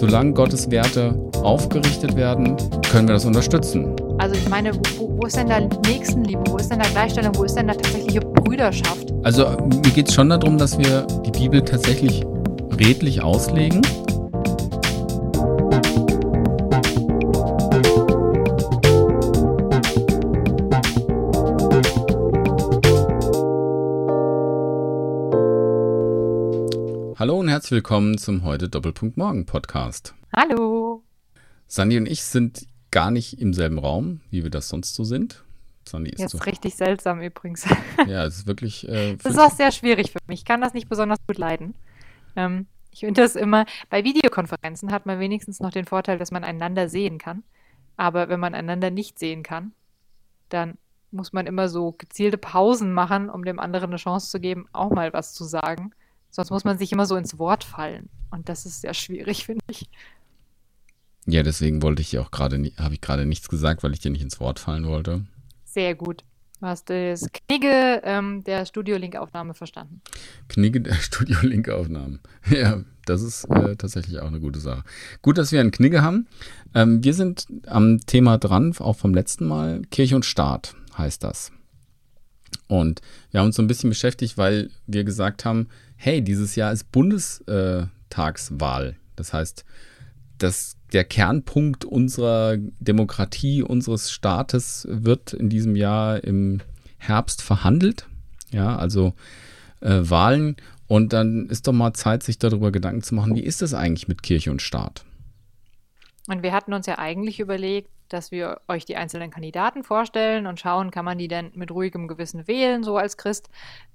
solange Gottes Werte aufgerichtet werden, können wir das unterstützen. Also ich meine, wo ist denn da Nächstenliebe? Wo ist denn da Gleichstellung? Wo ist denn da tatsächliche Brüderschaft? Also mir geht es schon darum, dass wir die Bibel tatsächlich redlich auslegen. Hallo und herzlich willkommen zum heute Doppelpunkt Morgen Podcast. Hallo. Sandy und ich sind gar nicht im selben Raum, wie wir das sonst so sind. Sandy ist Jetzt richtig seltsam übrigens. Ja, es ist wirklich... das ist auch sehr schwierig für mich. Ich kann das nicht besonders gut leiden. Ich finde das immer, bei Videokonferenzen hat man wenigstens noch den Vorteil, dass man einander sehen kann. Aber wenn man einander nicht sehen kann, dann muss man immer so gezielte Pausen machen, um dem anderen eine Chance zu geben, auch mal was zu sagen. Sonst muss man sich immer so ins Wort fallen. Und das ist sehr schwierig, finde ich. Ja, deswegen habe ich gerade nichts gesagt, weil ich dir nicht ins Wort fallen wollte. Sehr gut. Du hast das Knigge der Studio-Link-Aufnahme verstanden. Knigge der Studio-Link-Aufnahmen. Ja, das ist tatsächlich auch eine gute Sache. Gut, dass wir einen Knigge haben. Wir sind am Thema dran, auch vom letzten Mal. Kirche und Staat heißt das. Und wir haben uns so ein bisschen beschäftigt, weil wir gesagt haben, hey, dieses Jahr ist Bundestagswahl. Das heißt, der Kernpunkt unserer Demokratie, unseres Staates wird in diesem Jahr im Herbst verhandelt. Ja, also Wahlen. Und dann ist doch mal Zeit, sich darüber Gedanken zu machen, wie ist das eigentlich mit Kirche und Staat? Und wir hatten uns ja eigentlich überlegt, dass wir euch die einzelnen Kandidaten vorstellen und schauen, kann man die denn mit ruhigem Gewissen wählen, so als Christ.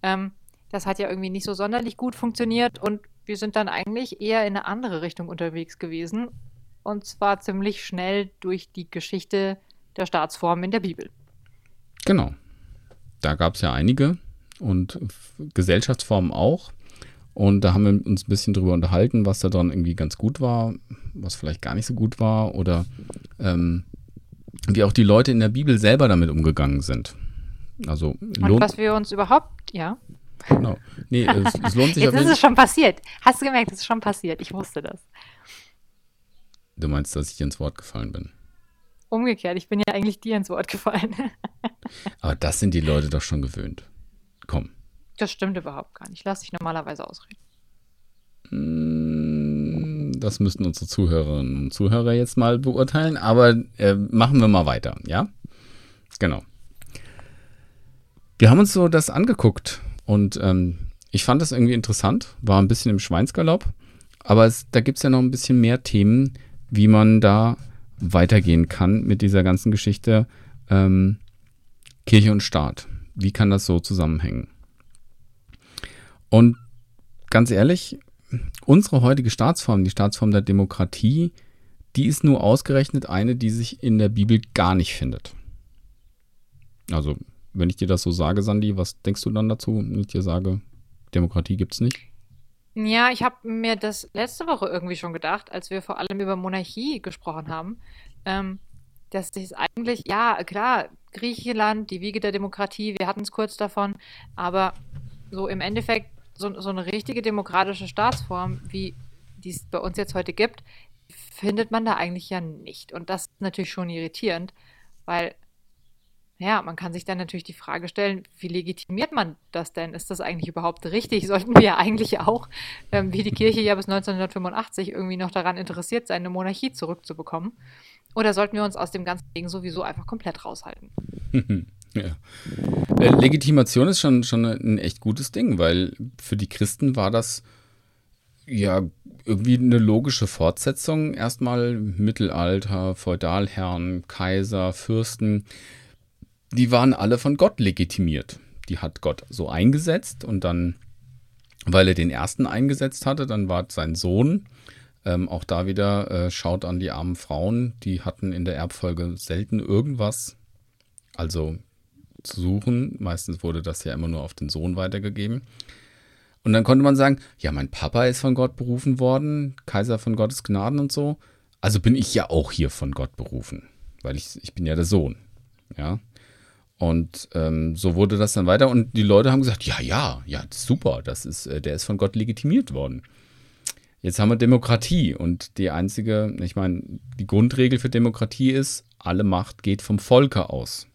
Das hat ja irgendwie nicht so sonderlich gut funktioniert und wir sind dann eigentlich eher in eine andere Richtung unterwegs gewesen. Und zwar ziemlich schnell durch die Geschichte der Staatsformen in der Bibel. Genau. Da gab es ja einige und Gesellschaftsformen auch. Und da haben wir uns ein bisschen drüber unterhalten, was da dran irgendwie ganz gut war, was vielleicht gar nicht so gut war oder wie auch die Leute in der Bibel selber damit umgegangen sind. Also und was wir uns überhaupt, ja. Genau. Nee, es lohnt sich. Jetzt ist es schon passiert. Hast du gemerkt, es ist schon passiert. Ich wusste das. Du meinst, dass ich dir ins Wort gefallen bin? Umgekehrt, ich bin ja eigentlich dir ins Wort gefallen. Aber das sind die Leute doch schon gewöhnt. Komm. Das stimmt überhaupt gar nicht. Lass dich normalerweise ausreden. Das müssten unsere Zuhörerinnen und Zuhörer jetzt mal beurteilen, aber machen wir mal weiter, ja? Genau. Wir haben uns so das angeguckt und ich fand das irgendwie interessant, war ein bisschen im Schweinsgalopp, aber da gibt es ja noch ein bisschen mehr Themen, wie man da weitergehen kann mit dieser ganzen Geschichte Kirche und Staat. Wie kann das so zusammenhängen? Und ganz ehrlich, unsere heutige Staatsform, die Staatsform der Demokratie, die ist nur ausgerechnet eine, die sich in der Bibel gar nicht findet. Also, wenn ich dir das so sage, Sandy, was denkst du dann dazu, wenn ich dir sage, Demokratie gibt's nicht? Ja, ich habe mir das letzte Woche irgendwie schon gedacht, als wir vor allem über Monarchie gesprochen haben, dass das eigentlich, ja, klar, Griechenland, die Wiege der Demokratie, wir hatten es kurz davon, aber so im Endeffekt so eine richtige demokratische Staatsform, wie die es bei uns jetzt heute gibt, findet man da eigentlich ja nicht. Und das ist natürlich schon irritierend, weil, ja, man kann sich dann natürlich die Frage stellen, wie legitimiert man das denn? Ist das eigentlich überhaupt richtig? Sollten wir ja eigentlich auch, wie die Kirche ja bis 1985 irgendwie noch daran interessiert sein, eine Monarchie zurückzubekommen? Oder sollten wir uns aus dem ganzen Ding sowieso einfach komplett raushalten? Ja. Legitimation ist schon ein echt gutes Ding, weil für die Christen war das ja irgendwie eine logische Fortsetzung. Erstmal Mittelalter, Feudalherren, Kaiser, Fürsten, die waren alle von Gott legitimiert. Die hat Gott so eingesetzt und dann, weil er den ersten eingesetzt hatte, dann war sein Sohn, auch da wieder schaut an die armen Frauen, die hatten in der Erbfolge selten irgendwas, also zu suchen. Meistens wurde das ja immer nur auf den Sohn weitergegeben. Und dann konnte man sagen, ja, mein Papa ist von Gott berufen worden, Kaiser von Gottes Gnaden und so. Also bin ich ja auch hier von Gott berufen, weil ich bin ja der Sohn. Ja. Und so wurde das dann weiter. Und die Leute haben gesagt, ja, super, der ist von Gott legitimiert worden. Jetzt haben wir Demokratie und die Grundregel für Demokratie ist, alle Macht geht vom Volke aus.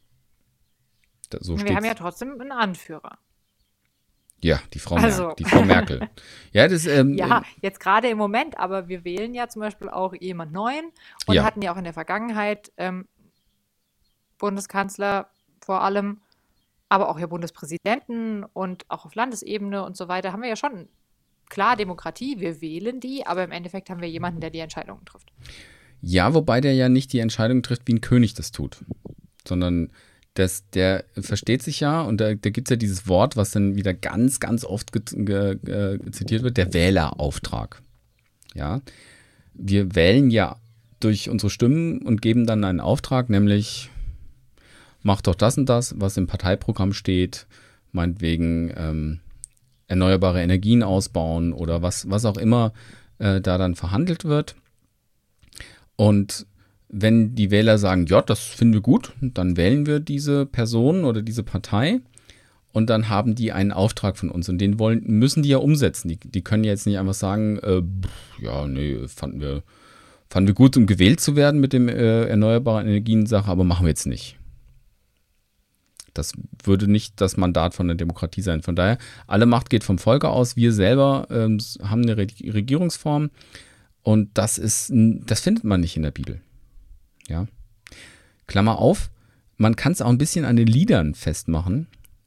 Wir haben ja trotzdem einen Anführer. Ja, die Frau Merkel. Ja, jetzt gerade im Moment, aber wir wählen ja zum Beispiel auch jemand Neuen und hatten ja auch in der Vergangenheit Bundeskanzler vor allem, aber auch ja Bundespräsidenten und auch auf Landesebene und so weiter haben wir ja schon, klar, Demokratie, wir wählen die, aber im Endeffekt haben wir jemanden, der die Entscheidungen trifft. Ja, wobei der ja nicht die Entscheidung trifft, wie ein König das tut, sondern der versteht sich ja, und da gibt es ja dieses Wort, was dann wieder ganz, ganz oft zitiert wird, der Wählerauftrag. Ja, wir wählen ja durch unsere Stimmen und geben dann einen Auftrag, nämlich mach doch das und das, was im Parteiprogramm steht, meinetwegen erneuerbare Energien ausbauen oder was auch immer da dann verhandelt wird. Und wenn die Wähler sagen, ja, das finden wir gut, dann wählen wir diese Person oder diese Partei und dann haben die einen Auftrag von uns und den müssen die ja umsetzen. Die können jetzt nicht einfach sagen, fanden wir gut, um gewählt zu werden mit dem erneuerbaren Energien-Sache, aber machen wir jetzt nicht. Das würde nicht das Mandat von der Demokratie sein. Von daher, alle Macht geht vom Volke aus. Wir selber haben eine Regierungsform und das findet man nicht in der Bibel. Ja. Klammer auf, man kann es auch ein bisschen an den Liedern festmachen.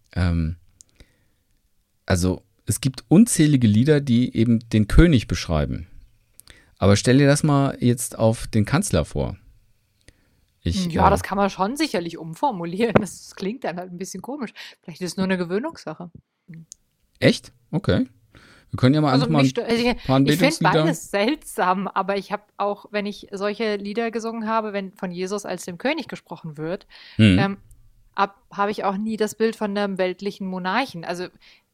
Also es gibt unzählige Lieder, die eben den König beschreiben. Aber stell dir das mal jetzt auf den Kanzler vor. Das kann man schon sicherlich umformulieren. Das klingt dann halt ein bisschen komisch. Vielleicht ist es nur eine Gewöhnungssache. Echt? Okay. Wir können ja mal einfach mal ein paar Anbetungslieder. Ich finde beides seltsam, aber ich habe auch, wenn ich solche Lieder gesungen habe, wenn von Jesus als dem König gesprochen wird, habe ich auch nie das Bild von einem weltlichen Monarchen. Also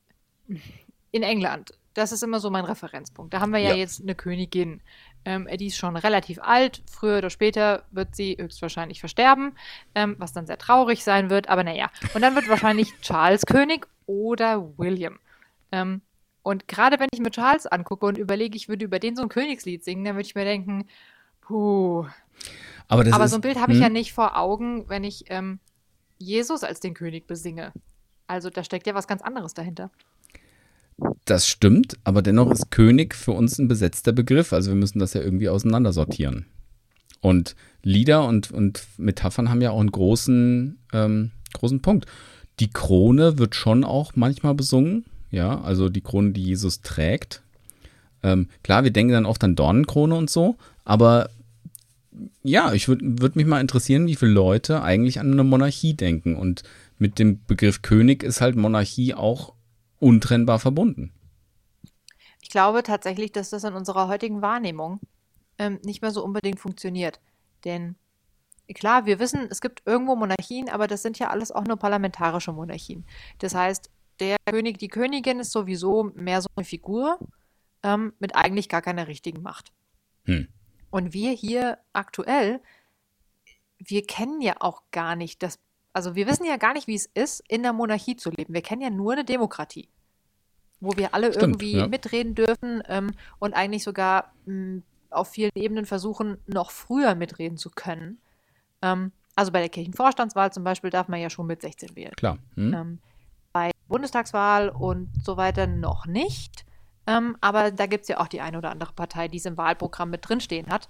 in England, das ist immer so mein Referenzpunkt. Da haben wir ja jetzt eine Königin. Die ist schon relativ alt. Früher oder später wird sie höchstwahrscheinlich versterben, was dann sehr traurig sein wird. Aber naja, und dann wird wahrscheinlich Charles König oder William. Und gerade wenn ich mir Charles angucke und überlege, ich würde über den so ein Königslied singen, dann würde ich mir denken, puh. Aber so ein Bild habe ich ja nicht vor Augen, wenn ich Jesus als den König besinge. Also da steckt ja was ganz anderes dahinter. Das stimmt, aber dennoch ist König für uns ein besetzter Begriff. Also wir müssen das ja irgendwie auseinandersortieren. Und Lieder und Metaphern haben ja auch einen großen Punkt. Die Krone wird schon auch manchmal besungen. Ja, also die Krone, die Jesus trägt. Klar, wir denken dann oft an Dornenkrone und so, aber ja, ich würd mich mal interessieren, wie viele Leute eigentlich an eine Monarchie denken. Und mit dem Begriff König ist halt Monarchie auch untrennbar verbunden. Ich glaube tatsächlich, dass das in unserer heutigen Wahrnehmung nicht mehr so unbedingt funktioniert. Denn klar, wir wissen, es gibt irgendwo Monarchien, aber das sind ja alles auch nur parlamentarische Monarchien. Das heißt, der König, die Königin ist sowieso mehr so eine Figur mit eigentlich gar keiner richtigen Macht. Und wir hier aktuell, wir kennen ja auch gar nicht also wir wissen ja gar nicht, wie es ist, in der Monarchie zu leben. Wir kennen ja nur eine Demokratie, wo wir alle irgendwie mitreden dürfen und eigentlich sogar auf vielen Ebenen versuchen, noch früher mitreden zu können. Also bei der Kirchenvorstandswahl zum Beispiel darf man ja schon mit 16 wählen. Klar. Bei Bundestagswahl und so weiter noch nicht. Aber da gibt es ja auch die eine oder andere Partei, die es im Wahlprogramm mit drinstehen hat.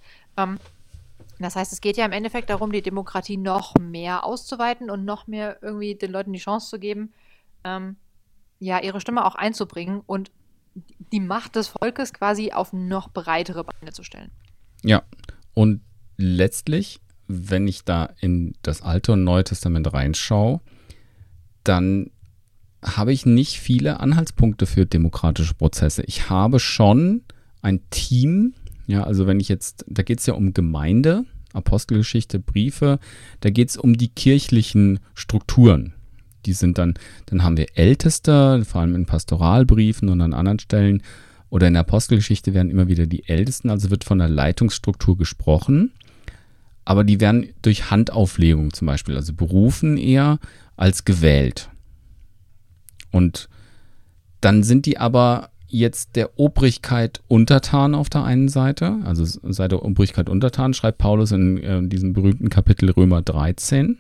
Das heißt, es geht ja im Endeffekt darum, die Demokratie noch mehr auszuweiten und noch mehr irgendwie den Leuten die Chance zu geben, ihre Stimme auch einzubringen und die Macht des Volkes quasi auf noch breitere Beine zu stellen. Ja, und letztlich, wenn ich da in das Alte und Neue Testament reinschaue, dann habe ich nicht viele Anhaltspunkte für demokratische Prozesse. Ich habe schon ein Team. Ja, also da geht es ja um Gemeinde, Apostelgeschichte, Briefe, da geht es um die kirchlichen Strukturen. Die sind dann haben wir Älteste, vor allem in Pastoralbriefen und an anderen Stellen, oder in der Apostelgeschichte werden immer wieder die Ältesten, also wird von der Leitungsstruktur gesprochen, aber die werden durch Handauflegung zum Beispiel, also berufen eher als gewählt. Und dann sind die aber jetzt der Obrigkeit untertan auf der einen Seite, also sei der Obrigkeit untertan, schreibt Paulus in diesem berühmten Kapitel Römer 13.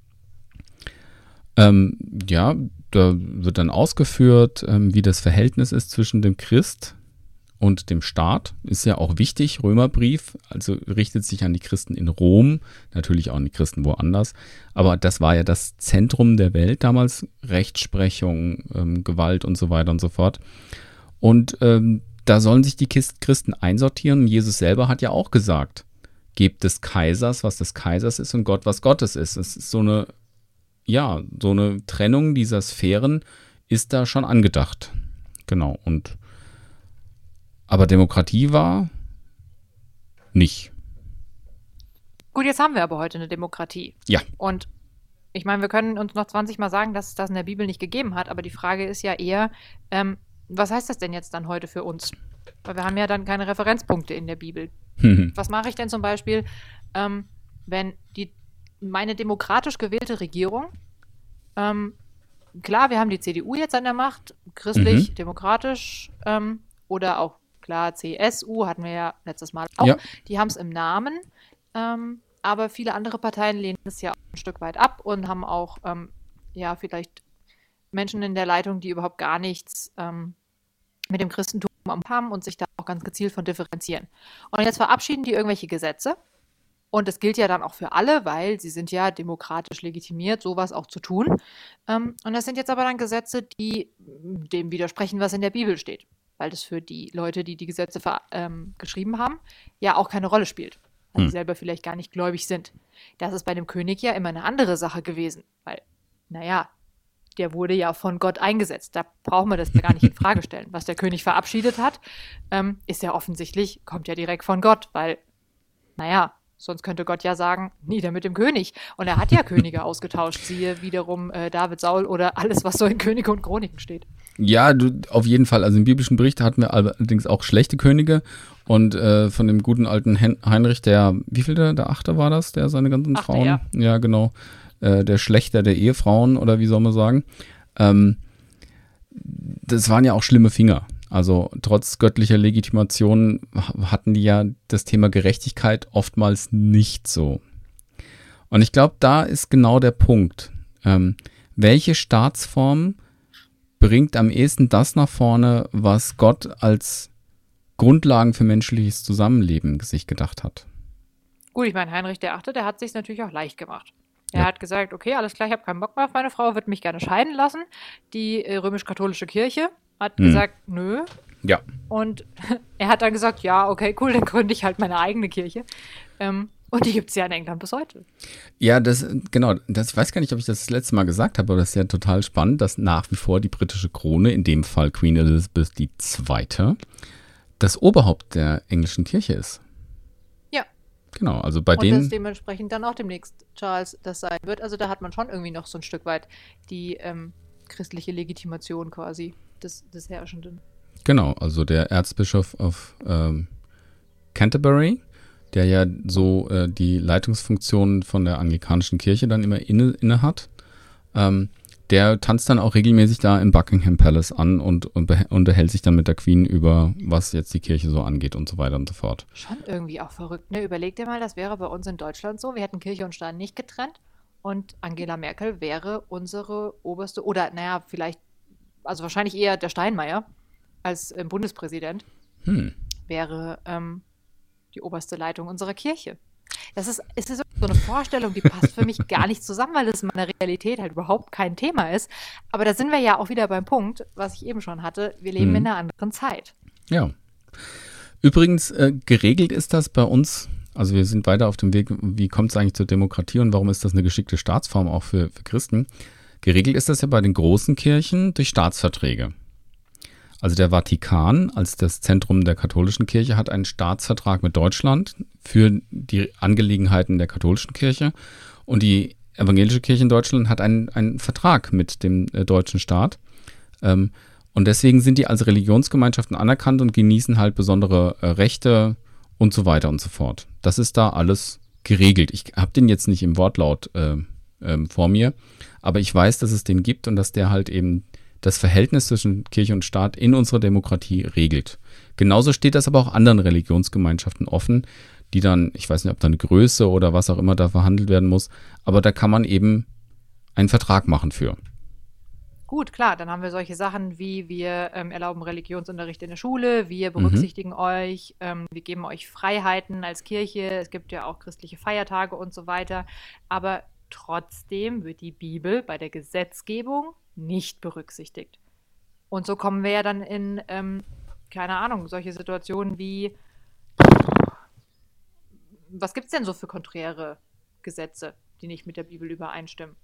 Ja, da wird dann ausgeführt, wie das Verhältnis ist zwischen dem Christ und dem Staat. Ist ja auch wichtig, Römerbrief, also richtet sich an die Christen in Rom, natürlich auch an die Christen woanders, aber das war ja das Zentrum der Welt damals, Rechtsprechung, Gewalt und so weiter und so fort. Und da sollen sich die Christen einsortieren. Jesus selber hat ja auch gesagt, gebt des Kaisers, was des Kaisers ist und Gott, was Gottes ist. Es ist so eine Trennung dieser Sphären ist da schon angedacht. Genau. Aber Demokratie war nicht. Gut, jetzt haben wir aber heute eine Demokratie. Ja. Und ich meine, wir können uns noch 20 Mal sagen, dass es das in der Bibel nicht gegeben hat, aber die Frage ist ja eher, was heißt das denn jetzt dann heute für uns? Weil wir haben ja dann keine Referenzpunkte in der Bibel. Was mache ich denn zum Beispiel, wenn meine demokratisch gewählte Regierung, klar, wir haben die CDU jetzt an der Macht, christlich, demokratisch, oder auch, klar, CSU hatten wir ja letztes Mal auch, die haben es im Namen, aber viele andere Parteien lehnen es ja auch ein Stück weit ab und haben auch, vielleicht Menschen in der Leitung, die überhaupt gar nichts mit dem Christentum haben und sich da auch ganz gezielt von differenzieren. Und jetzt verabschieden die irgendwelche Gesetze. Und das gilt ja dann auch für alle, weil sie sind ja demokratisch legitimiert, sowas auch zu tun. Und das sind jetzt aber dann Gesetze, die dem widersprechen, was in der Bibel steht. Weil das für die Leute, die die Gesetze geschrieben haben, ja auch keine Rolle spielt. Weil sie selber vielleicht gar nicht gläubig sind. Das ist bei dem König ja immer eine andere Sache gewesen. Weil, der wurde ja von Gott eingesetzt. Da brauchen wir das ja gar nicht in Frage stellen. Was der König verabschiedet hat, ist ja offensichtlich, kommt ja direkt von Gott. Weil, sonst könnte Gott ja sagen, nieder mit dem König. Und er hat ja Könige ausgetauscht. Siehe wiederum David, Saul oder alles, was so in Könige und Chroniken steht. Ja, auf jeden Fall. Also im biblischen Bericht hatten wir allerdings auch schlechte Könige. Und von dem guten alten Heinrich, der 8. war das, der seine ganzen Frauen? Ja, genau. Der Schlächter der Ehefrauen oder wie soll man sagen. Das waren ja auch schlimme Finger. Also trotz göttlicher Legitimation hatten die ja das Thema Gerechtigkeit oftmals nicht so. Und ich glaube, da ist genau der Punkt. Welche Staatsform bringt am ehesten das nach vorne, was Gott als Grundlagen für menschliches Zusammenleben sich gedacht hat? Gut, ich meine, Heinrich der 8., der hat sich natürlich auch leicht gemacht. Er hat gesagt, okay, alles klar, ich habe keinen Bock mehr auf meine Frau, würde mich gerne scheiden lassen. Die römisch-katholische Kirche hat gesagt, nö. Ja. Und er hat dann gesagt, ja, okay, cool, dann gründe ich halt meine eigene Kirche. Und die gibt es ja in England bis heute. Ja, ich weiß gar nicht, ob ich das letzte Mal gesagt habe, aber das ist ja total spannend, dass nach wie vor die britische Krone, in dem Fall Queen Elizabeth II., das Oberhaupt der englischen Kirche ist. Ja. Genau, also bei und denen. Und dass dementsprechend dann auch demnächst Charles das sein wird. Also da hat man schon irgendwie noch so ein Stück weit die christliche Legitimation quasi des Herrschenden. Genau, also der Erzbischof of Canterbury, der ja so die Leitungsfunktion von der anglikanischen Kirche dann immer inne hat, der tanzt dann auch regelmäßig da im Buckingham Palace an und unterhält sich dann mit der Queen über, was jetzt die Kirche so angeht und so weiter und so fort. Schon irgendwie auch verrückt, ne? Überleg dir mal, das wäre bei uns in Deutschland so. Wir hätten Kirche und Staat nicht getrennt und Angela Merkel wäre unsere oberste, oder vielleicht, also wahrscheinlich eher der Steinmeier als Bundespräsident, wäre die oberste Leitung unserer Kirche. Es ist so eine Vorstellung, die passt für mich gar nicht zusammen, weil das in meiner Realität halt überhaupt kein Thema ist. Aber da sind wir ja auch wieder beim Punkt, was ich eben schon hatte, wir leben in einer anderen Zeit. Ja. Übrigens, geregelt ist das bei uns, also wir sind weiter auf dem Weg, wie kommt es eigentlich zur Demokratie und warum ist das eine geschickte Staatsform auch für Christen? Geregelt ist das ja bei den großen Kirchen durch Staatsverträge. Also der Vatikan als das Zentrum der katholischen Kirche hat einen Staatsvertrag mit Deutschland für die Angelegenheiten der katholischen Kirche und die evangelische Kirche in Deutschland hat einen Vertrag mit dem deutschen Staat. Und deswegen sind die als Religionsgemeinschaften anerkannt und genießen halt besondere Rechte und so weiter und so fort. Das ist da alles geregelt. Ich habe den jetzt nicht im Wortlaut vor mir, aber ich weiß, dass es den gibt und dass der halt eben das Verhältnis zwischen Kirche und Staat in unserer Demokratie regelt. Genauso steht das aber auch anderen Religionsgemeinschaften offen, die dann, ich weiß nicht, ob da eine Größe oder was auch immer da verhandelt werden muss, aber da kann man eben einen Vertrag machen für. Gut, klar, dann haben wir solche Sachen wie wir erlauben Religionsunterricht in der Schule, wir Mhm. berücksichtigen euch, wir geben euch Freiheiten als Kirche, es gibt ja auch christliche Feiertage und so weiter, aber trotzdem wird die Bibel bei der Gesetzgebung nicht berücksichtigt. Und so kommen wir ja dann in, keine Ahnung, solche Situationen wie, was gibt es denn so für konträre Gesetze, die nicht mit der Bibel übereinstimmen?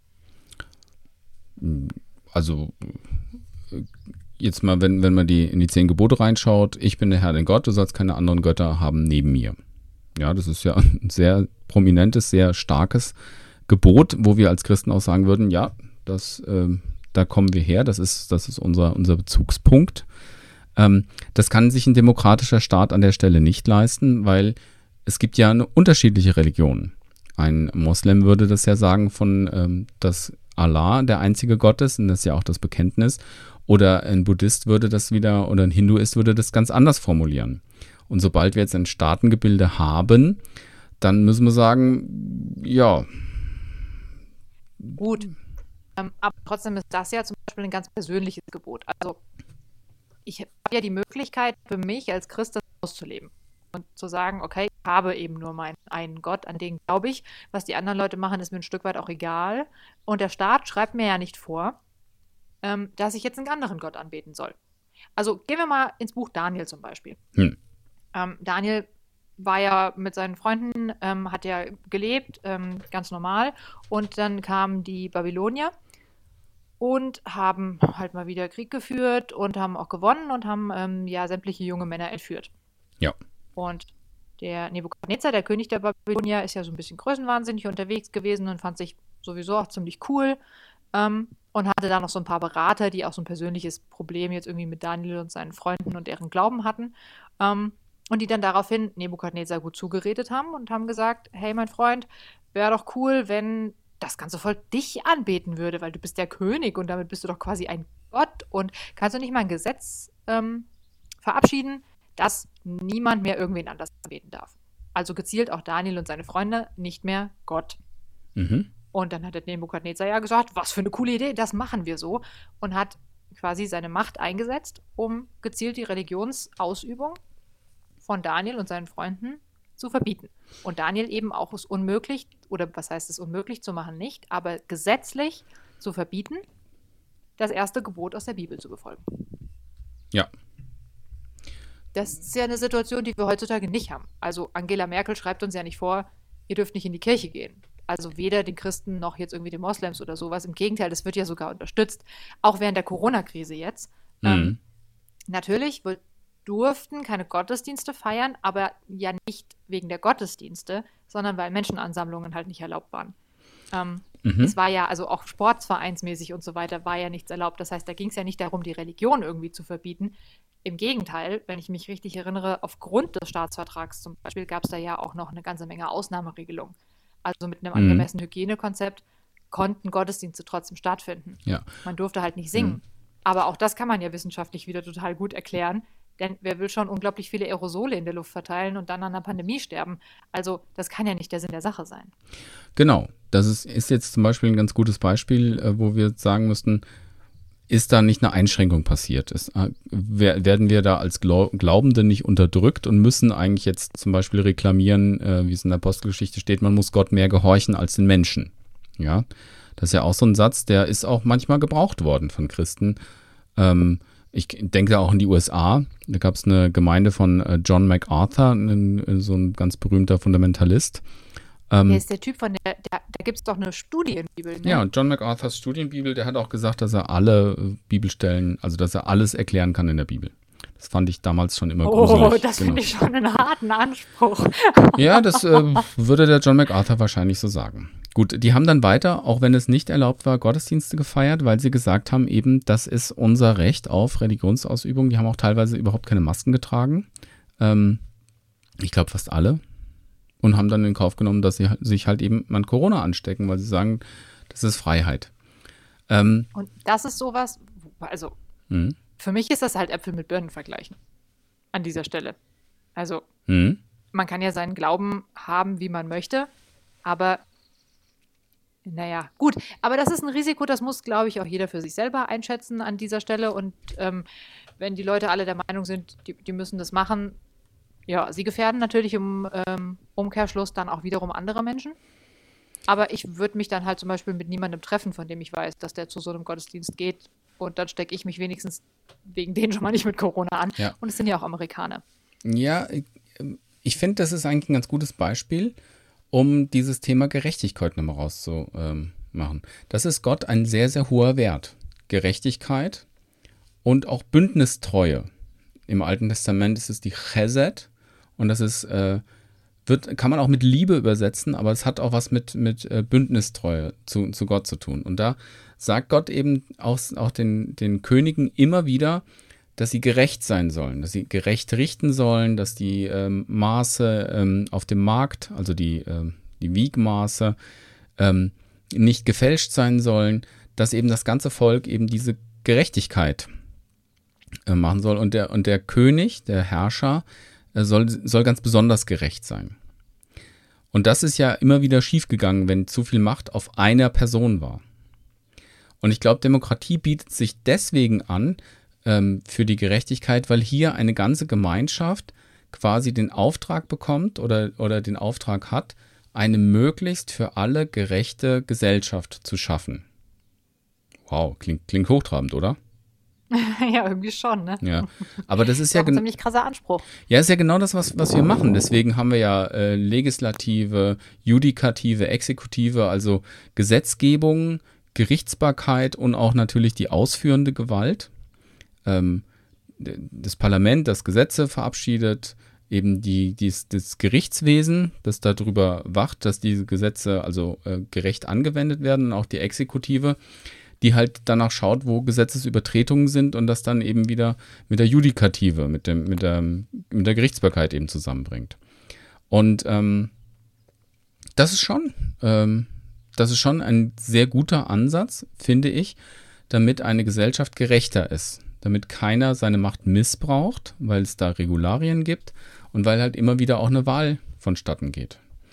Also jetzt mal, wenn man in die 10 Gebote reinschaut, ich bin der Herr, dein Gott, du sollst keine anderen Götter haben neben mir. Ja, das ist ja ein sehr prominentes, sehr starkes Gebot, wo wir als Christen auch sagen würden, ja, da kommen wir her, das ist unser Bezugspunkt. Das kann sich ein demokratischer Staat an der Stelle nicht leisten, weil es gibt ja eine unterschiedliche Religionen. Ein Moslem würde das ja sagen dass Allah der einzige Gott ist, und das ist ja auch das Bekenntnis. Oder ein Buddhist würde das wieder, oder ein Hinduist würde das ganz anders formulieren. Und sobald wir jetzt ein Staatengebilde haben, dann müssen wir sagen, ja. Gut, aber trotzdem ist das ja zum Beispiel ein ganz persönliches Gebot. Also ich habe ja die Möglichkeit für mich als Christ das auszuleben und zu sagen, okay, ich habe eben nur meinen einen Gott, an den glaube ich. Was die anderen Leute machen, ist mir ein Stück weit auch egal. Und der Staat schreibt mir ja nicht vor, dass ich jetzt einen anderen Gott anbeten soll. Also gehen wir mal ins Buch Daniel zum Beispiel. Daniel war ja mit seinen Freunden, hat ja gelebt, ganz normal. Und dann kamen die Babylonier und haben halt mal wieder Krieg geführt und haben auch gewonnen und haben ja sämtliche junge Männer entführt. Ja. Und der Nebukadnezar, der König der Babylonier, ist ja so ein bisschen größenwahnsinnig unterwegs gewesen und fand sich sowieso auch ziemlich cool. Und hatte da noch so ein paar Berater, die auch so ein persönliches Problem jetzt irgendwie mit Daniel und seinen Freunden und deren Glauben hatten. Und die dann daraufhin Nebukadnezar gut zugeredet haben und haben gesagt, hey mein Freund, wäre doch cool, wenn das ganze Volk dich anbeten würde, weil du bist der König und damit bist du doch quasi ein Gott. Und kannst du nicht mal ein Gesetz verabschieden, dass niemand mehr irgendwen anders anbeten darf? Also gezielt auch Daniel und seine Freunde nicht mehr Gott. Mhm. Und dann hat der Nebukadnezar ja gesagt, was für eine coole Idee, das machen wir so. Und hat quasi seine Macht eingesetzt, um gezielt die Religionsausübung von Daniel und seinen Freunden zu verbieten. Und Daniel eben auch es unmöglich, oder was heißt es unmöglich zu machen, nicht, aber gesetzlich zu verbieten, das erste Gebot aus der Bibel zu befolgen. Ja. Das ist ja eine Situation, die wir heutzutage nicht haben. Also Angela Merkel schreibt uns ja nicht vor, ihr dürft nicht in die Kirche gehen. Also weder den Christen noch jetzt irgendwie den Moslems oder sowas. Im Gegenteil, das wird ja sogar unterstützt. Auch während der Corona-Krise jetzt. Natürlich durften keine Gottesdienste feiern, aber ja nicht wegen der Gottesdienste, sondern weil Menschenansammlungen halt nicht erlaubt waren. Es war ja, also auch sportsvereinsmäßig und so weiter, war ja nichts erlaubt. Das heißt, da ging es ja nicht darum, die Religion irgendwie zu verbieten. Im Gegenteil, wenn ich mich richtig erinnere, aufgrund des Staatsvertrags zum Beispiel gab es da ja auch noch eine ganze Menge Ausnahmeregelungen. Also mit einem angemessenen Hygienekonzept konnten Gottesdienste trotzdem stattfinden. Ja. Man durfte halt nicht singen. Aber auch das kann man ja wissenschaftlich wieder total gut erklären. Denn wer will schon unglaublich viele Aerosole in der Luft verteilen und dann an einer Pandemie sterben? Also das kann ja nicht der Sinn der Sache sein. Genau. Das ist jetzt zum Beispiel ein ganz gutes Beispiel, wo wir sagen müssten, ist da nicht eine Einschränkung passiert? Werden wir da als Glaubende nicht unterdrückt und müssen eigentlich jetzt zum Beispiel reklamieren, wie es in der Apostelgeschichte steht, man muss Gott mehr gehorchen als den Menschen? Ja, das ist ja auch so ein Satz, der ist auch manchmal gebraucht worden von Christen. Ich denke auch in die USA. Da gab es eine Gemeinde von John MacArthur, so ein ganz berühmter Fundamentalist. Der ist der Typ da gibt es doch eine Studienbibel, ne? Ja, John MacArthurs Studienbibel, der hat auch gesagt, dass er alle Bibelstellen, also dass er alles erklären kann in der Bibel. Das fand ich damals schon immer gruselig. Oh, das finde ich schon einen harten Anspruch. Ja, das würde der John MacArthur wahrscheinlich so sagen. Gut, die haben dann weiter, auch wenn es nicht erlaubt war, Gottesdienste gefeiert, weil sie gesagt haben, eben, das ist unser Recht auf Religionsausübung. Die haben auch teilweise überhaupt keine Masken getragen. Ich glaube fast alle. Und haben dann in Kauf genommen, dass sie sich halt eben an Corona anstecken, weil sie sagen, das ist Freiheit. Und das ist sowas, Also, Mhm. für mich ist das halt Äpfel mit Birnen vergleichen. An dieser Stelle. Also, Mhm. man kann ja seinen Glauben haben, wie man möchte, aber naja, gut. Aber das ist ein Risiko, das muss, glaube ich, auch jeder für sich selber einschätzen an dieser Stelle. Und wenn die Leute alle der Meinung sind, die müssen das machen, ja, sie gefährden natürlich im Umkehrschluss dann auch wiederum andere Menschen. Aber ich würde mich dann halt zum Beispiel mit niemandem treffen, von dem ich weiß, dass der zu so einem Gottesdienst geht. Und dann stecke ich mich wenigstens wegen denen schon mal nicht mit Corona an. Ja. Und es sind ja auch Amerikaner. Ja, ich finde, das ist eigentlich ein ganz gutes Beispiel, um dieses Thema Gerechtigkeit nochmal rauszumachen. Das ist Gott ein sehr, sehr hoher Wert. Gerechtigkeit und auch Bündnistreue. Im Alten Testament ist es die Chesed und das ist, kann man auch mit Liebe übersetzen, aber es hat auch was mit Bündnistreue zu Gott zu tun. Und da sagt Gott eben auch den Königen immer wieder, dass sie gerecht sein sollen, dass sie gerecht richten sollen, dass die Maße auf dem Markt, also die Wiegmaße, nicht gefälscht sein sollen, dass eben das ganze Volk eben diese Gerechtigkeit machen soll. Und der König, der Herrscher, soll ganz besonders gerecht sein. Und das ist ja immer wieder schiefgegangen, wenn zu viel Macht auf einer Person war. Und ich glaube, Demokratie bietet sich deswegen an, für die Gerechtigkeit, weil hier eine ganze Gemeinschaft quasi den Auftrag bekommt oder den Auftrag hat, eine möglichst für alle gerechte Gesellschaft zu schaffen. Wow, klingt hochtrabend, oder? Ja, irgendwie schon, ne? Ja, aber das ist Auch ja ein ziemlich krasser Anspruch. Ja, ist ja genau das, was wir machen. Deswegen haben wir ja Legislative, Judikative, Exekutive, also Gesetzgebung, Gerichtsbarkeit und auch natürlich die ausführende Gewalt. Das Parlament, das Gesetze verabschiedet, eben das Gerichtswesen, das darüber wacht, dass diese Gesetze also gerecht angewendet werden, und auch die Exekutive, die halt danach schaut, wo Gesetzesübertretungen sind und das dann eben wieder mit der Judikative, mit der Gerichtsbarkeit eben zusammenbringt. Und das ist schon ein sehr guter Ansatz, finde ich, damit eine Gesellschaft gerechter ist, damit keiner seine Macht missbraucht, weil es da Regularien gibt und weil halt immer wieder auch eine Wahl vonstatten geht.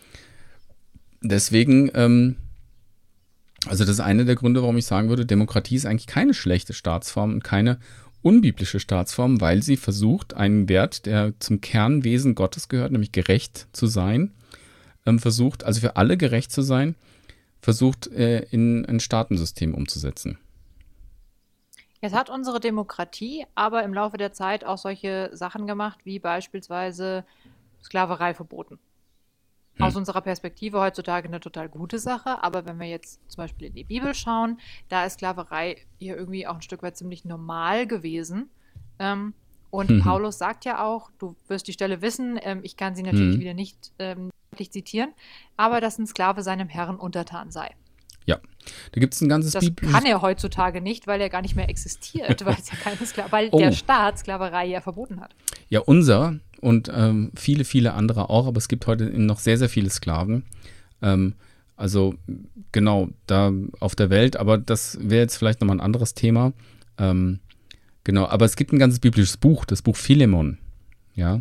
Deswegen also das ist einer der Gründe, warum ich sagen würde, Demokratie ist eigentlich keine schlechte Staatsform und keine unbiblische Staatsform, weil sie versucht, einen Wert, der zum Kernwesen Gottes gehört, nämlich gerecht zu sein, versucht, also für alle gerecht zu sein, versucht in ein Staatensystem umzusetzen. Jetzt hat unsere Demokratie aber im Laufe der Zeit auch solche Sachen gemacht, wie beispielsweise Sklaverei verboten. Aus unserer Perspektive heutzutage eine total gute Sache, aber wenn wir jetzt zum Beispiel in die Bibel schauen, da ist Sklaverei hier irgendwie auch ein Stück weit ziemlich normal gewesen. Und Paulus sagt ja auch, du wirst die Stelle wissen, ich kann sie natürlich wieder nicht zitieren, aber dass ein Sklave seinem Herrn untertan sei. Ja, da gibt es ein ganzes Das biblisches... kann er heutzutage nicht, weil er gar nicht mehr existiert, weil der Staat Sklaverei ja verboten hat. Ja, unser und viele, viele andere auch, aber es gibt heute noch sehr, sehr viele Sklaven. Also genau, da auf der Welt, aber das wäre jetzt vielleicht nochmal ein anderes Thema. Genau, aber es gibt ein ganzes biblisches Buch, das Buch Philemon. Ja,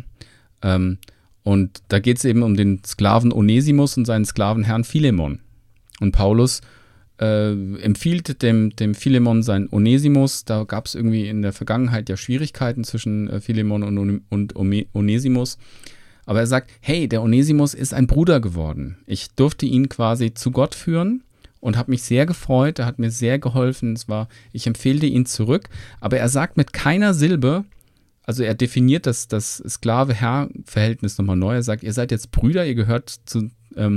und da geht es eben um den Sklaven Onesimus und seinen Sklavenherrn Philemon. Und Paulus empfiehlt dem Philemon seinen Onesimus. Da gab es irgendwie in der Vergangenheit ja Schwierigkeiten zwischen Philemon und Onesimus. Aber er sagt, hey, der Onesimus ist ein Bruder geworden. Ich durfte ihn quasi zu Gott führen und habe mich sehr gefreut. Er hat mir sehr geholfen. Ich empfehle ihn zurück. Aber er sagt mit keiner Silbe, also er definiert das Sklave-Herr-Verhältnis nochmal neu. Er sagt, ihr seid jetzt Brüder, ihr gehört zu,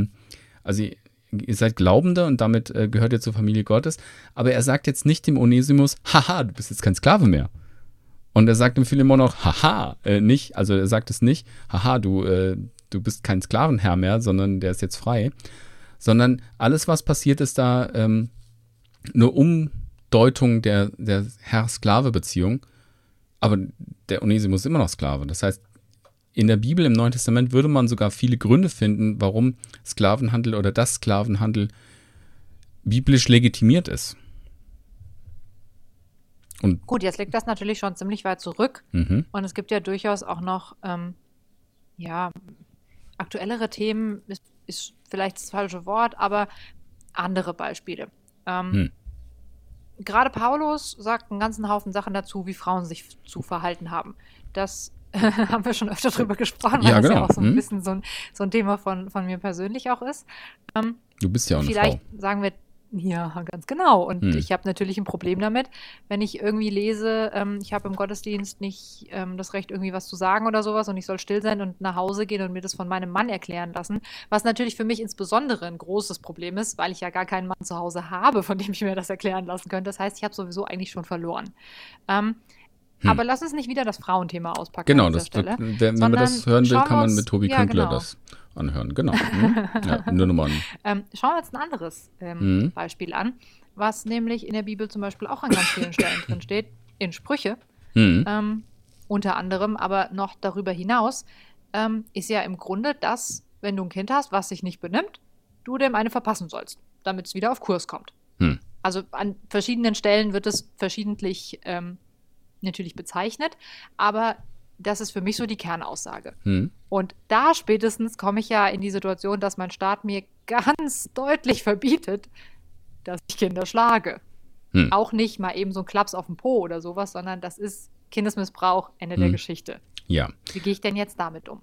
ihr seid Glaubende und damit gehört ihr zur Familie Gottes. Aber er sagt jetzt nicht dem Onesimus, haha, du bist jetzt kein Sklave mehr. Und er sagt dem Philemon auch, haha, nicht, also er sagt es nicht, haha, du bist kein Sklavenherr mehr, sondern der ist jetzt frei. Sondern alles, was passiert, ist da eine Umdeutung der Herr-Sklave-Beziehung. Aber der Onesimus ist immer noch Sklave. Das heißt, in der Bibel, im Neuen Testament, würde man sogar viele Gründe finden, warum Sklavenhandel oder das Sklavenhandel biblisch legitimiert ist. Und Gut, jetzt liegt das natürlich schon ziemlich weit zurück. Und es gibt ja durchaus auch noch, ja, aktuellere Themen, ist vielleicht das falsche Wort, aber andere Beispiele. Ähm, hm, Gerade Paulus sagt einen ganzen Haufen Sachen dazu, wie Frauen sich zu verhalten haben. Das haben wir schon öfter drüber gesprochen, weil ja, das ja genau. auch so ein bisschen so ein Thema von mir persönlich auch ist. Ähm, Du bist ja auch eine Vielleicht Frau. sagen wir, ja, ganz genau. Und Hm. ich habe natürlich ein Problem damit, wenn ich irgendwie lese, ich habe im Gottesdienst nicht das Recht, irgendwie was zu sagen oder sowas und ich soll still sein und nach Hause gehen und mir das von meinem Mann erklären lassen. Was natürlich für mich insbesondere ein großes Problem ist, weil ich ja gar keinen Mann zu Hause habe, von dem ich mir das erklären lassen könnte. Das heißt, ich habe sowieso eigentlich schon verloren. Ähm, Hm. aber lass uns nicht wieder das Frauenthema auspacken an Genau, dieser Stelle, wenn man sondern das hören will, schauen kann wir man mit uns, Tobi ja, Künkler genau. das anhören. Genau. Ja, nur nochmal ein. Schauen wir uns ein anderes Hm. Beispiel an, was nämlich in der Bibel zum Beispiel auch an ganz vielen Stellen drin steht, in Sprüche, Hm. unter anderem, aber noch darüber hinaus, ist ja im Grunde das, wenn du ein Kind hast, was sich nicht benimmt, du dem eine verpassen sollst, damit es wieder auf Kurs kommt. Hm. Also an verschiedenen Stellen wird es verschiedentlich natürlich bezeichnet, aber das ist für mich so die Kernaussage. Hm. Und da spätestens komme ich ja in die Situation, dass mein Staat mir ganz deutlich verbietet, dass ich Kinder schlage. Hm. Auch nicht mal eben so ein Klaps auf den Po oder sowas, sondern das ist Kindesmissbrauch, Ende der Geschichte. Ja. Wie gehe ich denn jetzt damit um?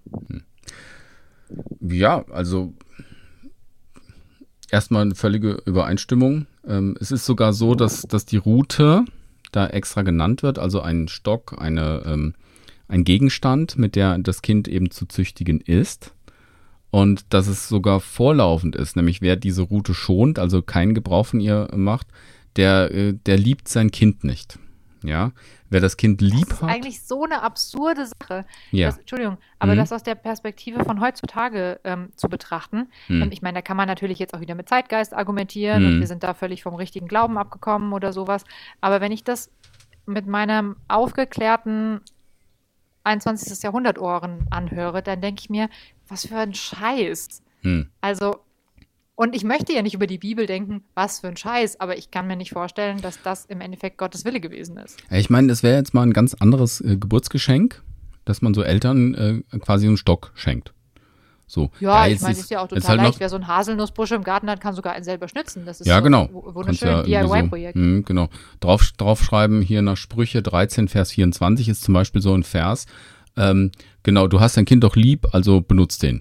Ja, also erstmal eine völlige Übereinstimmung. Es ist sogar so, dass die Route da extra genannt wird, also ein Stock, ein Gegenstand, mit der das Kind eben zu züchtigen ist. Und dass es sogar vorlaufend ist, nämlich wer diese Route schont, also keinen Gebrauch von ihr macht, der liebt sein Kind nicht. Ja, wer das Kind lieb Das ist hat, eigentlich so eine absurde Sache. ja, Entschuldigung, aber das aus der Perspektive von heutzutage zu betrachten. Ich meine, da kann man natürlich jetzt auch wieder mit Zeitgeist argumentieren und wir sind da völlig vom richtigen Glauben abgekommen oder sowas. Aber wenn ich das mit meinem aufgeklärten 21. Jahrhundert-Ohren anhöre, dann denke ich mir, was für ein Scheiß. Also, und ich möchte ja nicht über die Bibel denken, was für ein Scheiß, aber ich kann mir nicht vorstellen, dass das im Endeffekt Gottes Wille gewesen ist. Ich meine, das wäre jetzt mal ein ganz anderes Geburtsgeschenk, dass man so Eltern quasi einen Stock schenkt. So. Ja, ich jetzt meine, ist ja auch jetzt total halt leicht. Wer so einen Haselnussbusch im Garten hat, kann sogar einen selber schnitzen. Das ist ja, so genau. ein Kannst wunderschön ja irgendwie DIY-Projekt. So, genau. Draufschreiben hier nach Sprüche 13, Vers 24 ist zum Beispiel so ein Vers. Genau, du hast dein Kind doch lieb, also benutzt den.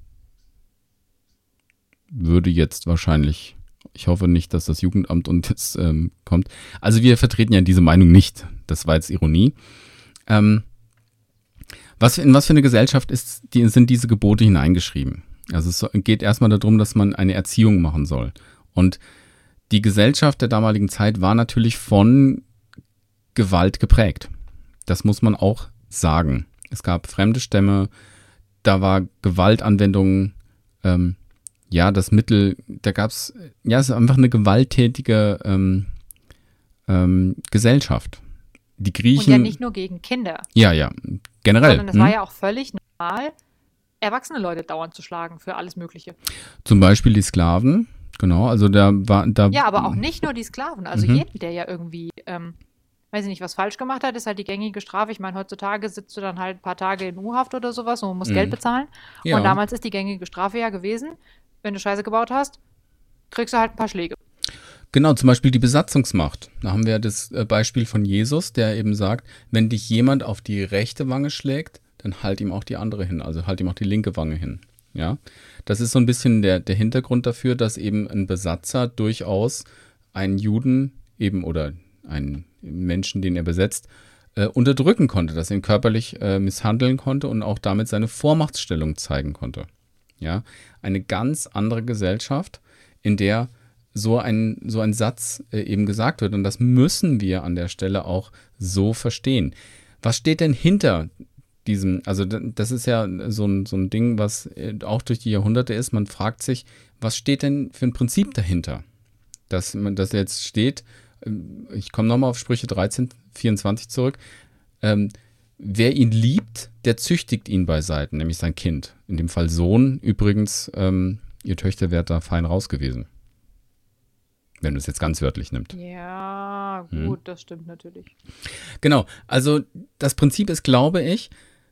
Würde jetzt wahrscheinlich, ich hoffe nicht, dass das Jugendamt und das kommt. Also wir vertreten ja diese Meinung nicht. Das war jetzt Ironie. In was für eine Gesellschaft sind diese Gebote hineingeschrieben? Also es geht erstmal darum, dass man eine Erziehung machen soll. Und die Gesellschaft der damaligen Zeit war natürlich von Gewalt geprägt. Das muss man auch sagen. Es gab fremde Stämme, da war Gewaltanwendung, das Mittel, da gab es, es ist einfach eine gewalttätige Gesellschaft. Die Griechen. Und ja nicht nur gegen Kinder. Ja, generell. Sondern es war ja auch völlig normal, erwachsene Leute dauernd zu schlagen für alles Mögliche. Zum Beispiel die Sklaven, genau, also da. Ja, aber auch nicht nur die Sklaven, also jeden, der ja irgendwie, weiß ich nicht, was falsch gemacht hat, ist halt die gängige Strafe. Ich meine, heutzutage sitzt du dann halt ein paar Tage in U-Haft oder sowas und musst Geld bezahlen. Ja. Und damals ist die gängige Strafe ja gewesen, wenn du Scheiße gebaut hast, kriegst du halt ein paar Schläge. Genau, zum Beispiel die Besatzungsmacht. Da haben wir das Beispiel von Jesus, der eben sagt, wenn dich jemand auf die rechte Wange schlägt, dann halt ihm auch die andere hin, also halt ihm auch die linke Wange hin. Ja, das ist so ein bisschen der Hintergrund dafür, dass eben ein Besatzer durchaus einen Juden eben oder einen Menschen, den er besetzt, unterdrücken konnte, dass er ihn körperlich misshandeln konnte und auch damit seine Vormachtstellung zeigen konnte. Ja, eine ganz andere Gesellschaft, in der so ein Satz eben gesagt wird. Und das müssen wir an der Stelle auch so verstehen. Was steht denn hinter diesem, also das ist ja so ein Ding, was auch durch die Jahrhunderte ist. Man fragt sich, was steht denn für ein Prinzip dahinter? Dass jetzt steht, ich komme nochmal auf Sprüche 13, 24 zurück, wer ihn liebt, der züchtigt ihn beiseiten, nämlich sein Kind. In dem Fall Sohn, übrigens, ihr Töchter wärt da fein raus gewesen. Wenn du es jetzt ganz wörtlich nimmst. Ja, Ja, gut, das stimmt natürlich. Genau, also das Prinzip ist, glaube ich,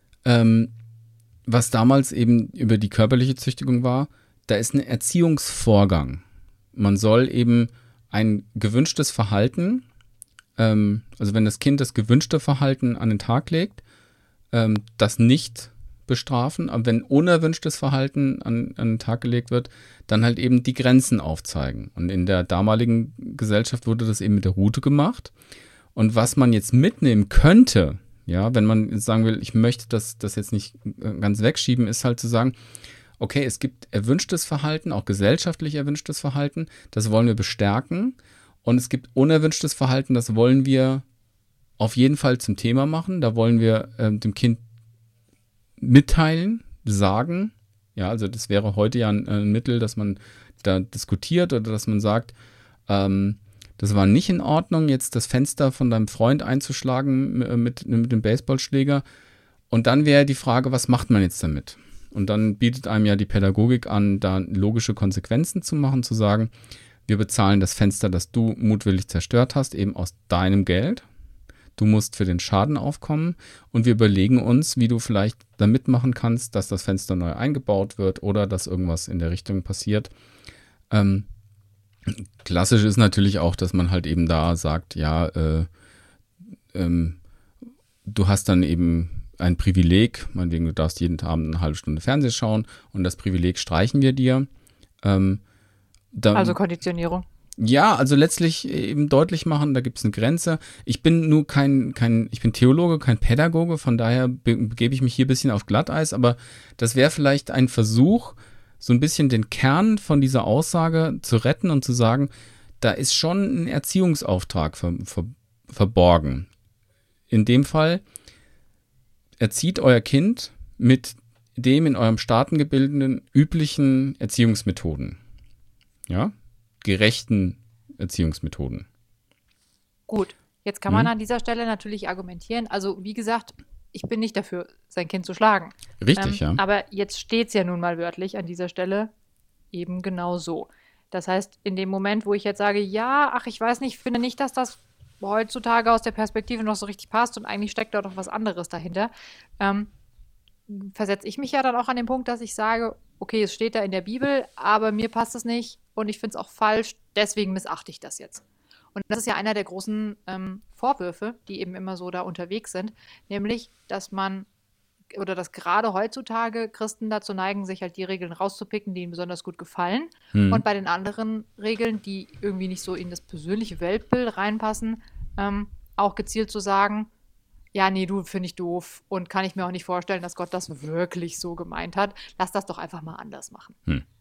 was damals eben über die körperliche Züchtigung war, da ist ein Erziehungsvorgang. Man soll eben ein gewünschtes Verhalten, also wenn das Kind das gewünschte Verhalten an den Tag legt, das nicht bestrafen, aber wenn unerwünschtes Verhalten an den Tag gelegt wird, dann halt eben die Grenzen aufzeigen. Und in der damaligen Gesellschaft wurde das eben mit der Rute gemacht. Und was man jetzt mitnehmen könnte, ja, wenn man jetzt sagen will, ich möchte das jetzt nicht ganz wegschieben, ist halt zu sagen, okay, es gibt erwünschtes Verhalten, auch gesellschaftlich erwünschtes Verhalten, das wollen wir bestärken. Und es gibt unerwünschtes Verhalten, das wollen wir auf jeden Fall zum Thema machen. Da wollen wir dem Kind mitteilen, sagen. Ja, also das wäre heute ja ein Mittel, dass man da diskutiert oder dass man sagt, das war nicht in Ordnung, jetzt das Fenster von deinem Freund einzuschlagen mit dem Baseballschläger. Und dann wäre die Frage, was macht man jetzt damit? Und dann bietet einem ja die Pädagogik an, da logische Konsequenzen zu machen, zu sagen, wir bezahlen das Fenster, das du mutwillig zerstört hast, eben aus deinem Geld. Du musst für den Schaden aufkommen und wir überlegen uns, wie du vielleicht da mitmachen kannst, dass das Fenster neu eingebaut wird oder dass irgendwas in der Richtung passiert. Klassisch ist natürlich auch, dass man halt eben da sagt, ja, du hast dann eben ein Privileg, meinetwegen, du darfst jeden Abend eine halbe Stunde Fernsehen schauen und das Privileg streichen wir dir. Also Konditionierung. Ja, also letztlich eben deutlich machen, da gibt es eine Grenze. Ich bin nur ich bin Theologe, kein Pädagoge, von daher begebe ich mich hier ein bisschen auf Glatteis, aber das wäre vielleicht ein Versuch, so ein bisschen den Kern von dieser Aussage zu retten und zu sagen, da ist schon ein Erziehungsauftrag verborgen. In dem Fall, erzieht euer Kind mit dem in eurem Staatengebildeten üblichen Erziehungsmethoden. Ja? Gerechten Erziehungsmethoden. Gut, jetzt kann man an dieser Stelle natürlich argumentieren. Also wie gesagt, ich bin nicht dafür, sein Kind zu schlagen. Richtig, ja. Aber jetzt steht es ja nun mal wörtlich an dieser Stelle eben genau so. Das heißt, in dem Moment, wo ich jetzt sage, ja, ach, ich weiß nicht, finde nicht, dass das heutzutage aus der Perspektive noch so richtig passt und eigentlich steckt da doch was anderes dahinter, versetze ich mich ja dann auch an den Punkt, dass ich sage, okay, es steht da in der Bibel, aber mir passt es nicht und ich finde es auch falsch, deswegen missachte ich das jetzt. Und das ist ja einer der großen Vorwürfe, die eben immer so da unterwegs sind, nämlich, dass gerade heutzutage Christen dazu neigen, sich halt die Regeln rauszupicken, die ihnen besonders gut gefallen. Und bei den anderen Regeln, die irgendwie nicht so in das persönliche Weltbild reinpassen, auch gezielt zu sagen, ja, nee, du finde ich doof und kann ich mir auch nicht vorstellen, dass Gott das wirklich so gemeint hat. Lass das doch einfach mal anders machen.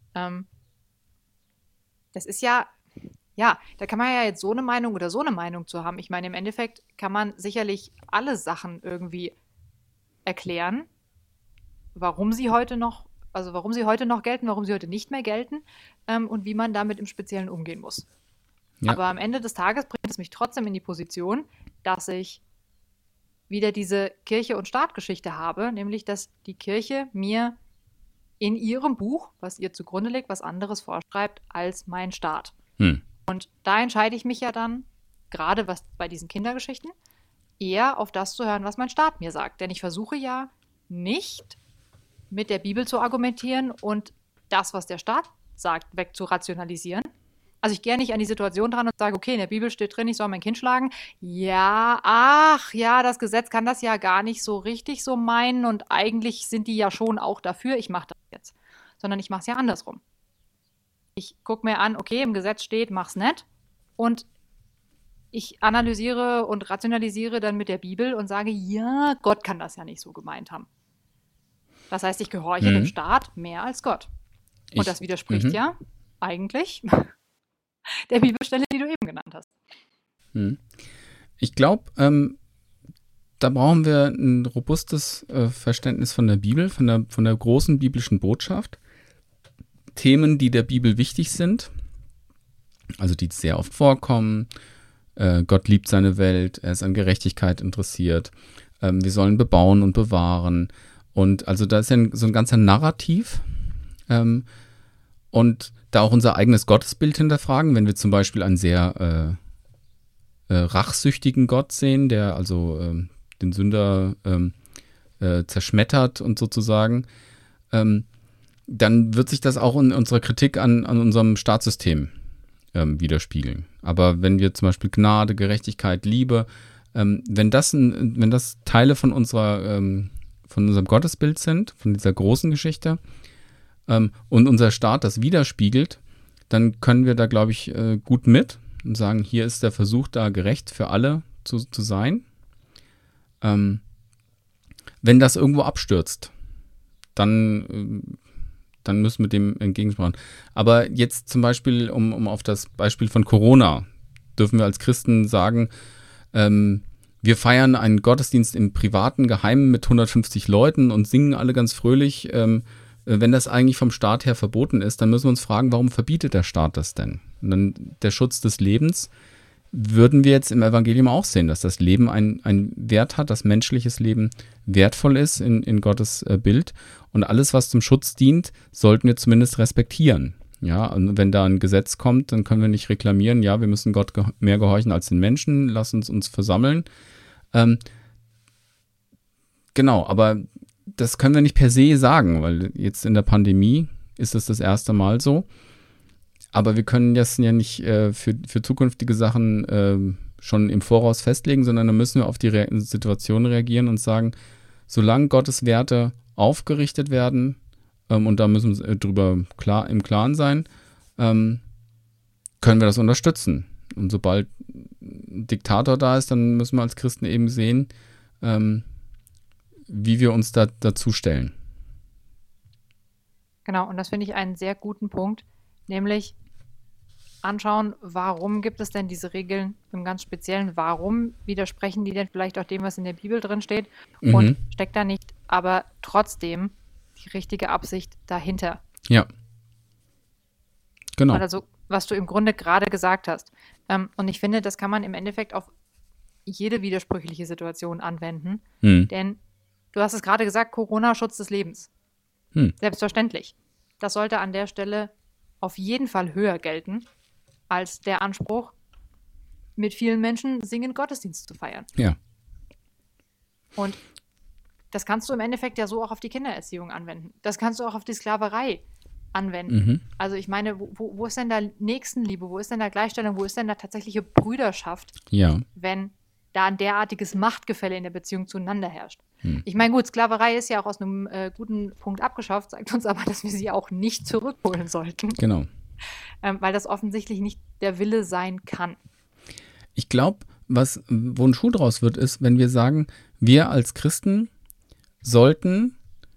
Das ist ja, da kann man ja jetzt so eine Meinung oder so eine Meinung zu haben. Ich meine, im Endeffekt kann man sicherlich alle Sachen irgendwie erklären, warum sie heute noch gelten, warum sie heute nicht mehr gelten und wie man damit im Speziellen umgehen muss. Ja. Aber am Ende des Tages bringt es mich trotzdem in die Position, dass ich wieder diese Kirche- und Staatgeschichte habe, nämlich, dass die Kirche mir in ihrem Buch, was ihr zugrunde legt, was anderes vorschreibt als mein Staat. Und da entscheide ich mich ja dann, gerade was bei diesen Kindergeschichten, eher auf das zu hören, was mein Staat mir sagt. Denn ich versuche ja nicht mit der Bibel zu argumentieren und das, was der Staat sagt, wegzurationalisieren. Also ich gehe nicht an die Situation dran und sage, okay, in der Bibel steht drin, ich soll mein Kind schlagen. Ja, das Gesetz kann das ja gar nicht so richtig so meinen und eigentlich sind die ja schon auch dafür, ich mache das jetzt. Sondern ich mache es ja andersrum. Ich gucke mir an, okay, im Gesetz steht, mach's nicht. Und ich analysiere und rationalisiere dann mit der Bibel und sage, ja, Gott kann das ja nicht so gemeint haben. Das heißt, ich gehorche dem Staat mehr als Gott. Und das widerspricht ja eigentlich der Bibelstelle, die du eben genannt hast. Ich glaube, da brauchen wir ein robustes Verständnis von der Bibel, von der großen biblischen Botschaft. Themen, die der Bibel wichtig sind, also die sehr oft vorkommen. Gott liebt seine Welt, er ist an Gerechtigkeit interessiert. Wir sollen bebauen und bewahren. Und also da ist ja so ein ganzer Narrativ. Und da auch unser eigenes Gottesbild hinterfragen, wenn wir zum Beispiel ein sehr rachsüchtigen Gott sehen, der also den Sünder zerschmettert und sozusagen, dann wird sich das auch in unserer Kritik an unserem Staatssystem widerspiegeln. Aber wenn wir zum Beispiel Gnade, Gerechtigkeit, Liebe, wenn das Teile von unserem Gottesbild sind, von dieser großen Geschichte, und unser Staat das widerspiegelt, dann können wir da, glaube ich, gut mit und sagen, hier ist der Versuch, da gerecht für alle zu sein. Wenn das irgendwo abstürzt, dann müssen wir dem entgegensprechen. Aber jetzt zum Beispiel, um auf das Beispiel von Corona, dürfen wir als Christen sagen, wir feiern einen Gottesdienst im privaten Geheimen mit 150 Leuten und singen alle ganz fröhlich. Wenn das eigentlich vom Staat her verboten ist, dann müssen wir uns fragen, warum verbietet der Staat das denn? Und dann der Schutz des Lebens würden wir jetzt im Evangelium auch sehen, dass das Leben einen Wert hat, dass menschliches Leben wertvoll ist in Gottes Bild. Und alles, was zum Schutz dient, sollten wir zumindest respektieren. Ja, und wenn da ein Gesetz kommt, dann können wir nicht reklamieren, ja, wir müssen Gott mehr gehorchen als den Menschen, lass uns versammeln. Genau, aber das können wir nicht per se sagen, weil jetzt in der Pandemie ist es das erste Mal so. Aber wir können das ja nicht für zukünftige Sachen schon im Voraus festlegen, sondern dann müssen wir auf die Situation reagieren und sagen, solange Gottes Werte aufgerichtet werden, und da müssen wir drüber im Klaren sein, können wir das unterstützen. Und sobald ein Diktator da ist, dann müssen wir als Christen eben sehen, wie wir uns dazu stellen. Genau, und das finde ich einen sehr guten Punkt, nämlich anschauen, warum gibt es denn diese Regeln im ganz Speziellen, warum widersprechen die denn vielleicht auch dem, was in der Bibel drin steht, und steckt da nicht aber trotzdem die richtige Absicht dahinter. Ja. Genau. Also, was du im Grunde gerade gesagt hast. Und ich finde, das kann man im Endeffekt auf jede widersprüchliche Situation anwenden, denn du hast es gerade gesagt, Corona, Schutz des Lebens. Selbstverständlich. Das sollte an der Stelle auf jeden Fall höher gelten, als der Anspruch, mit vielen Menschen singend Gottesdienst zu feiern. Ja. Und das kannst du im Endeffekt ja so auch auf die Kindererziehung anwenden. Das kannst du auch auf die Sklaverei anwenden. Also ich meine, wo ist denn da Nächstenliebe? Wo ist denn da Gleichstellung? Wo ist denn da tatsächliche Brüderschaft? Ja. Wenn da ein derartiges Machtgefälle in der Beziehung zueinander herrscht. Ich meine, gut, Sklaverei ist ja auch aus einem guten Punkt abgeschafft, sagt uns aber, dass wir sie auch nicht zurückholen sollten. Genau. Weil das offensichtlich nicht der Wille sein kann. Ich glaube, wo ein Schuh draus wird, ist, wenn wir sagen, wir als Christen sollten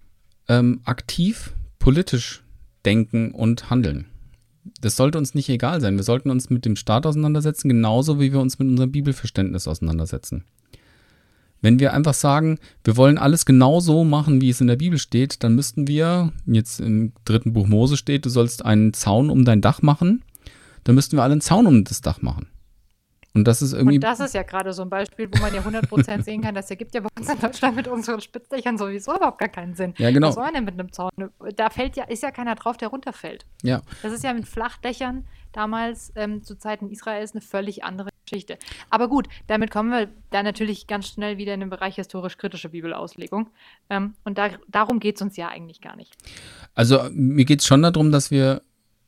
aktiv politisch denken und handeln. Das sollte uns nicht egal sein. Wir sollten uns mit dem Staat auseinandersetzen, genauso wie wir uns mit unserem Bibelverständnis auseinandersetzen. Wenn wir einfach sagen, wir wollen alles genau so machen, wie es in der Bibel steht, dann müssten wir, jetzt im 3. Buch Mose steht, du sollst einen Zaun um dein Dach machen, dann müssten wir alle einen Zaun um das Dach machen. Und das ist irgendwie. Und das ist ja gerade so ein Beispiel, wo man ja 100% sehen kann, das ergibt ja bei uns in Deutschland mit unseren Spitzdächern sowieso überhaupt gar keinen Sinn. Ja, genau. Was soll man denn mit einem Zaun? Da ist ja keiner drauf, der runterfällt. Ja. Das ist ja mit Flachdächern damals zu Zeiten Israels eine völlig andere Geschichte. Aber gut, damit kommen wir dann natürlich ganz schnell wieder in den Bereich historisch-kritische Bibelauslegung. Und darum geht es uns ja eigentlich gar nicht. Also mir geht es schon darum, dass wir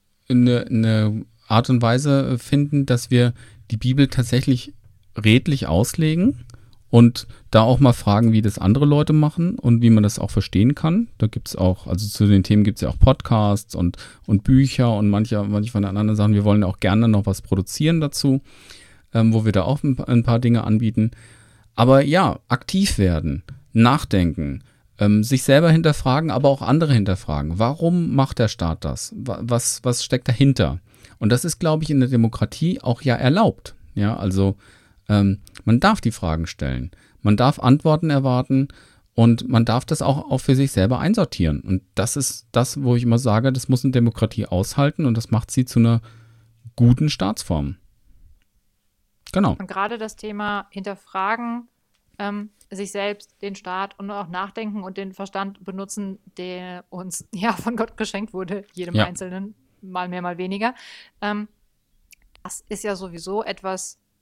eine Art und Weise finden, dass wir die Bibel tatsächlich redlich auslegen und da auch mal fragen, wie das andere Leute machen und wie man das auch verstehen kann. Da gibt es auch, also zu den Themen gibt es ja auch Podcasts und Bücher und manche von den anderen Sachen. Wir wollen auch gerne noch was produzieren dazu, wo wir da auch ein paar Dinge anbieten. Aber ja, aktiv werden, nachdenken, sich selber hinterfragen, aber auch andere hinterfragen. Warum macht der Staat das? Was steckt dahinter? Und das ist, glaube ich, in der Demokratie auch ja erlaubt. Ja, also man darf die Fragen stellen, man darf Antworten erwarten und man darf das auch für sich selber einsortieren. Und das ist das, wo ich immer sage, das muss eine Demokratie aushalten und das macht sie zu einer guten Staatsform. Genau. Und gerade das Thema Hinterfragen, sich selbst, den Staat und auch nachdenken und den Verstand benutzen, der uns ja von Gott geschenkt wurde, jedem Einzelnen, mal mehr, mal weniger. Das ist ja sowieso etwas,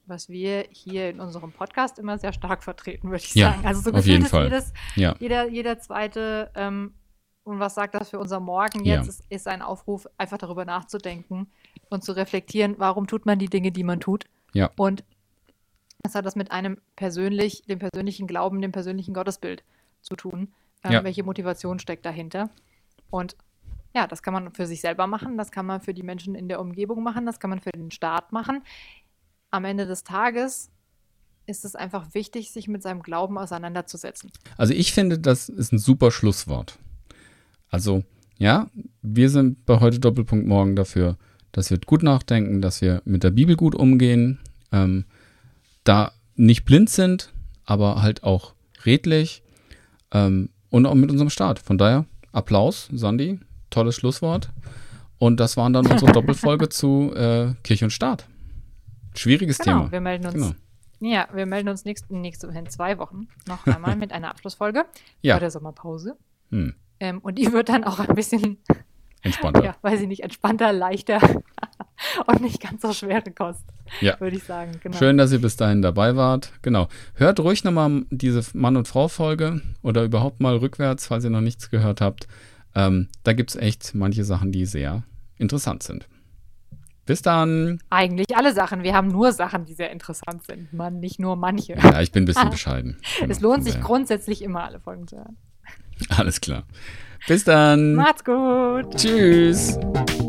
was wir hier in unserem Podcast immer sehr stark vertreten, würde ich Ja, sagen. Also so auf jeden gefühlt Fall. ist Ja. jeder zweite, und was sagt das für unser Morgen Ja. jetzt, ist ein Aufruf, einfach darüber nachzudenken und zu reflektieren, warum tut man die Dinge, die man tut. Ja. Und was hat das mit dem persönlichen Glauben, dem persönlichen Gottesbild zu tun? Ja. Welche Motivation steckt dahinter? Und ja, das kann man für sich selber machen, das kann man für die Menschen in der Umgebung machen, das kann man für den Staat machen. Am Ende des Tages ist es einfach wichtig, sich mit seinem Glauben auseinanderzusetzen. Also ich finde, das ist ein super Schlusswort. Also, ja, wir sind bei heute Doppelpunkt morgen dafür, dass wir gut nachdenken, dass wir mit der Bibel gut umgehen, da nicht blind sind, aber halt auch redlich und auch mit unserem Staat. Von daher, Applaus, Sandi, tolles Schlusswort. Und das waren dann unsere Doppelfolge zu Kirche und Staat. Schwieriges Thema. Wir melden uns. Genau. Ja, wir melden uns in 2 Wochen noch einmal mit einer Abschlussfolge Ja. vor der Sommerpause. Hm. Und die wird dann auch ein bisschen, Entspannter. ja, weiß ich nicht, entspannter, leichter und nicht ganz so schwere Kost, Ja. würde ich sagen. Genau. Schön, dass ihr bis dahin dabei wart. Genau. Hört ruhig nochmal diese Mann- und Frau-Folge oder überhaupt mal rückwärts, falls ihr noch nichts gehört habt. Da gibt es echt manche Sachen, die sehr interessant sind. Bis dann. Eigentlich alle Sachen. Wir haben nur Sachen, die sehr interessant sind. Man, nicht nur manche. Ja, ich bin ein bisschen bescheiden. Genau, Es lohnt von sich daher. grundsätzlich immer, alle Folgen zu hören. Alles klar. Bis dann. Macht's gut. Tschüss.